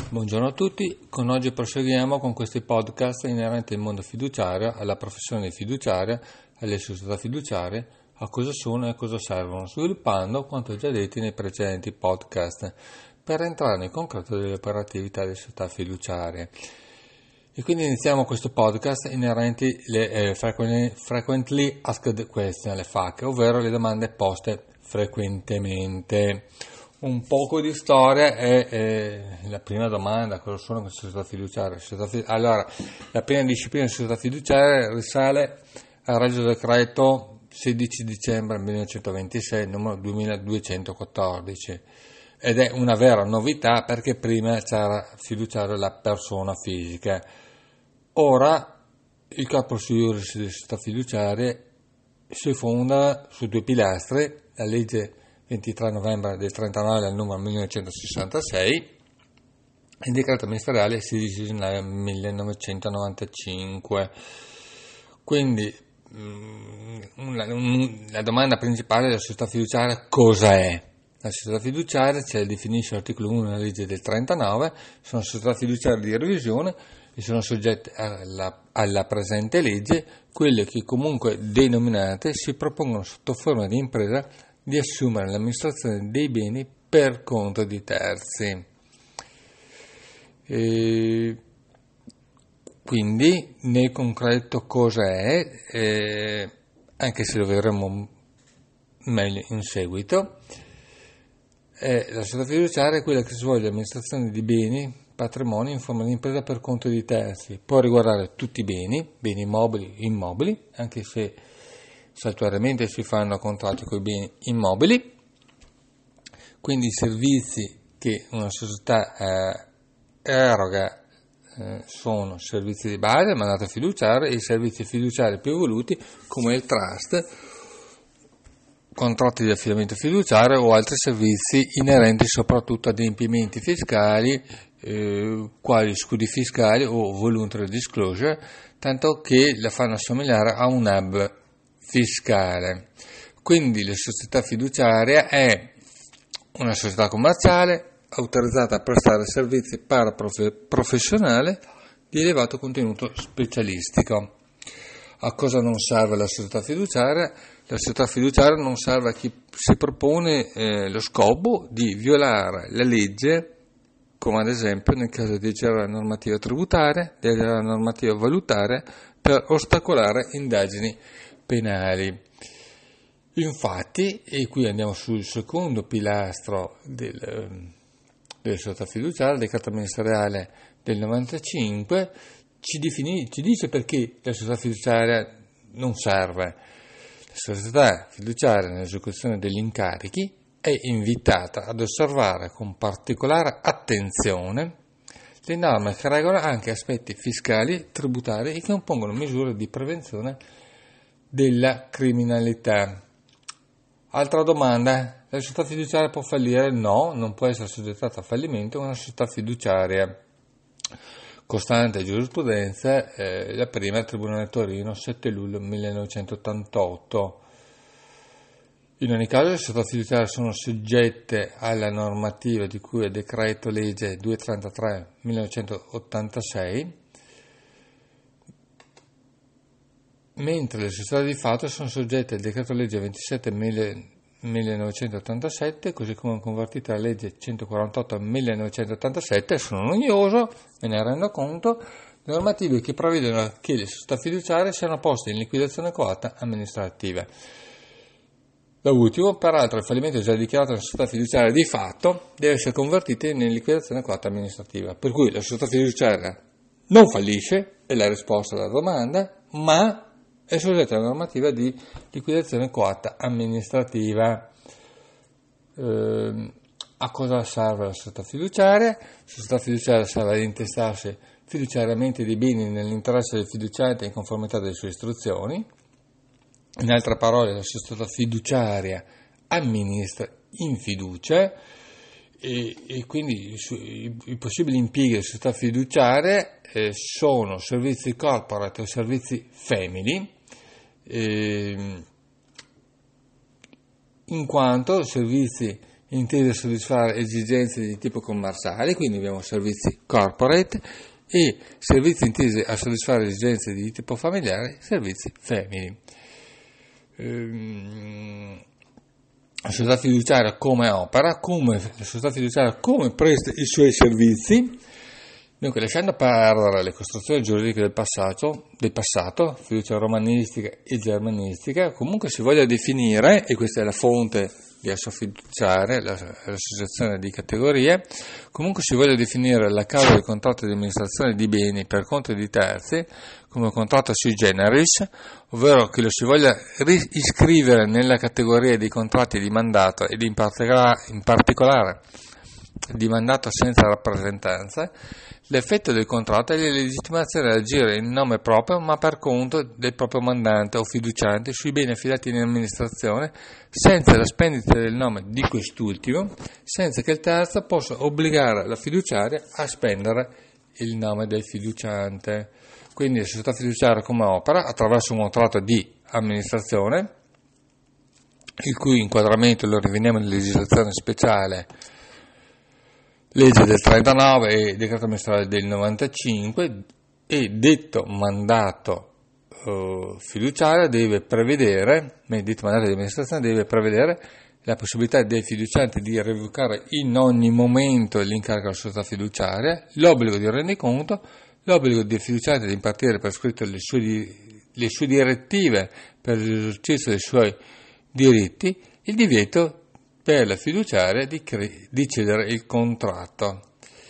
Buongiorno a tutti, con oggi proseguiamo con questi podcast inerenti al mondo fiduciario, alla professione di fiduciaria, alle società fiduciarie, a cosa sono e a cosa servono, sviluppando quanto già detto nei precedenti podcast, per entrare nel concreto delle operatività delle società fiduciarie. E quindi iniziamo questo podcast inerenti alle frequently asked question, le FAQ, ovvero le domande poste frequentemente. Un poco di storia è la prima domanda: cosa sono queste società fiduciarie? Allora, la prima disciplina di società fiduciaria risale al Regio Decreto 16 dicembre 1926, numero 2214, ed è una vera novità perché prima c'era fiduciario la persona fisica. Ora il corpus iuris delle società fiduciarie si fonda su due pilastri: la legge 23 novembre del 39 del numero 1966 e il decreto ministeriale 16 gennaio 1995. Quindi la domanda principale della società fiduciaria: cosa è? La società fiduciaria ce la definisce l'articolo 1 della legge del 39, sono società fiduciarie di revisione e sono soggette alla presente legge quelle che comunque denominate si propongono sotto forma di impresa di assumere l'amministrazione dei beni per conto di terzi. Quindi nel concreto cosa è, anche se lo vedremo meglio in seguito, la società fiduciaria è quella che svolge l'amministrazione di beni, patrimoni in forma di impresa per conto di terzi. Può riguardare tutti i beni immobili, immobili, anche se saltuariamente si fanno contratti con i beni immobili, quindi i servizi che una società eroga sono servizi di base, mandato fiduciario, e i servizi fiduciari più evoluti come il trust, contratti di affidamento fiduciario o altri servizi inerenti soprattutto ad adempimenti fiscali, quali scudi fiscali o voluntary disclosure, tanto che la fanno assomigliare a un hub fiscale. Quindi la società fiduciaria è una società commerciale autorizzata a prestare servizi paraprofessionali di elevato contenuto specialistico. A cosa non serve la società fiduciaria? La società fiduciaria non serve a chi si propone lo scopo di violare la legge, come ad esempio nel caso di aggirare la normativa tributaria, di aggirare la normativa valutaria, per ostacolare indagini penali. Infatti, e qui andiamo sul secondo pilastro della società fiduciaria, il decreto ministeriale del 95, ci dice perché la società fiduciaria non serve. La società fiduciaria nell'esecuzione degli incarichi è invitata ad osservare con particolare attenzione le norme che regolano anche aspetti fiscali, tributari e che impongono misure di prevenzione della criminalità. Altra domanda: la società fiduciaria può fallire? No, non può essere soggettata a fallimento una società fiduciaria. Costante giurisprudenza, la prima, il Tribunale di Torino, 7 luglio 1988. In ogni caso le società fiduciarie sono soggette alla normativa di cui è decreto legge 233 1986, mentre le società di fatto sono soggette al decreto legge 27 1987, così come convertita la legge 148 1987, sono noioso, me ne rendo conto, normative che prevedono che le società fiduciarie siano poste in liquidazione coatta amministrativa. Da ultimo, peraltro, il fallimento già dichiarato della società fiduciaria di fatto deve essere convertito in liquidazione coatta amministrativa, per cui la società fiduciaria non fallisce, è la risposta alla domanda, ma è soggetta alla normativa di liquidazione coatta amministrativa. A cosa serve la società fiduciaria? La società fiduciaria serve ad intestarsi fiduciariamente dei beni nell'interesse del fiduciario in conformità delle sue istruzioni. In altre parole, la società fiduciaria amministra in fiducia e quindi i possibili impieghi della società fiduciaria sono servizi corporate o servizi family, in quanto servizi intese a soddisfare esigenze di tipo commerciale, quindi abbiamo servizi corporate, e servizi intesi a soddisfare esigenze di tipo familiare, servizi family. La società fiduciaria come opera, la società fiduciaria come presta i suoi servizi. Dunque, lasciando perdere le costruzioni giuridiche del passato, fiducia romanistica e germanistica, comunque si voglia definire, e questa è la fonte di Assofiduciaria, l'associazione di categorie, comunque si voglia definire la causa del contratto di amministrazione di beni per conto di terzi come contratto sui generis, ovvero che lo si voglia iscrivere nella categoria dei contratti di mandato ed in particolare di mandato senza rappresentanza. L'effetto del contratto è la legittimazione ad agire in nome proprio ma per conto del proprio mandante o fiduciante sui beni affidati in amministrazione senza la spendita del nome di quest'ultimo, senza che il terzo possa obbligare la fiduciaria a spendere il nome del fiduciante. Quindi la società fiduciaria come opera attraverso un contratto di amministrazione, il cui inquadramento lo riveniamo in legislazione speciale, legge del 39 e decreto ministeriale del 95, e detto mandato fiduciario deve prevedere, detto mandato di amministrazione deve prevedere la possibilità del fiduciante di revocare in ogni momento l'incarico alla società fiduciaria, l'obbligo di rendiconto, l'obbligo del fiduciante di impartire per scritto le sue direttive per l'esercizio dei suoi diritti, il divieto per la fiduciaria di cedere il contratto.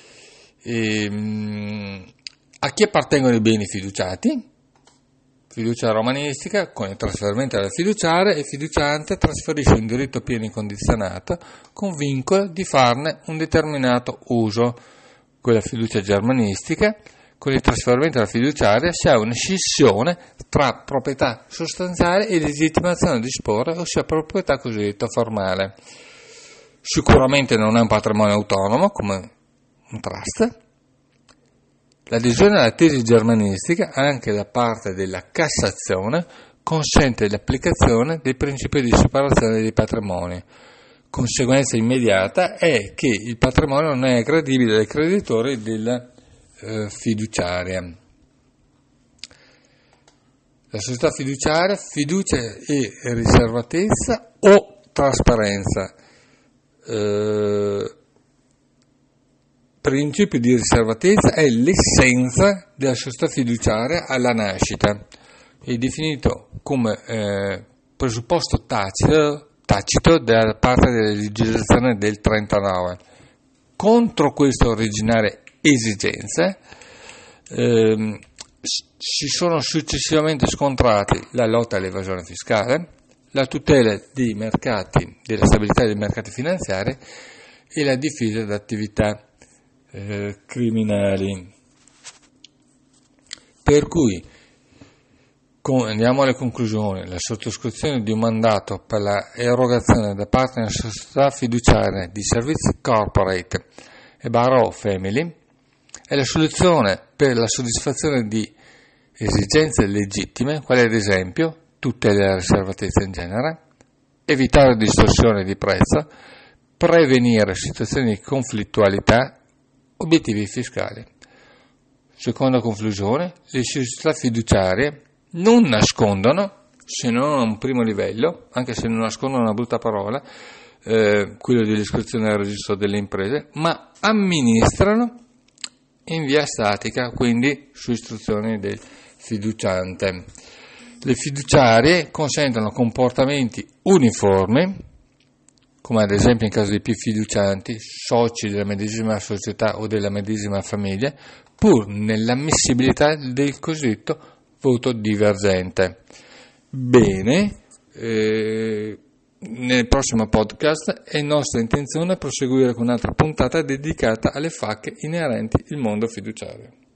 A chi appartengono i beni fiduciati? Fiducia romanistica, con il trasferimento alla fiduciaria, il fiduciante trasferisce un diritto pieno incondizionato con vincolo di farne un determinato uso. Quella fiducia germanistica, con il trasferimento alla fiduciaria si ha una scissione tra proprietà sostanziale e legittimazione a disporre, ossia proprietà cosiddetta formale. Sicuramente non è un patrimonio autonomo come un trust. L'adesione alla tesi germanistica, anche da parte della Cassazione, consente l'applicazione del principio di separazione dei patrimoni. Conseguenza immediata è che il patrimonio non è aggredibile dai creditori della fiduciaria. La società fiduciaria, fiducia e riservatezza o trasparenza. Principio di riservatezza è l'essenza della società fiduciaria alla nascita, è definito come presupposto tacito da parte della legislazione del 39. Contro questa originaria esigenza si sono successivamente scontrati la lotta all'evasione fiscale, la tutela dei mercati, della stabilità dei mercati finanziari e la difesa da attività criminali. Per cui andiamo alle conclusioni. La sottoscrizione di un mandato per la erogazione da parte della società fiduciaria di servizi corporate e / family è la soluzione per la soddisfazione di esigenze legittime, quali ad esempio tutela della riservatezza in genere, evitare distorsione di prezzo, prevenire situazioni di conflittualità, obiettivi fiscali. Seconda conclusione, le società fiduciarie non nascondono, se non a un primo livello, anche se non nascondono una brutta parola, quello dell'iscrizione al registro delle imprese, ma amministrano in via statica, quindi su istruzione del fiduciante. Le fiduciarie consentono comportamenti uniformi, come ad esempio in caso di più fiducianti, soci della medesima società o della medesima famiglia, pur nell'ammissibilità del cosiddetto voto divergente. Bene, nel prossimo podcast è nostra intenzione proseguire con un'altra puntata dedicata alle FAQ inerenti al mondo fiduciario.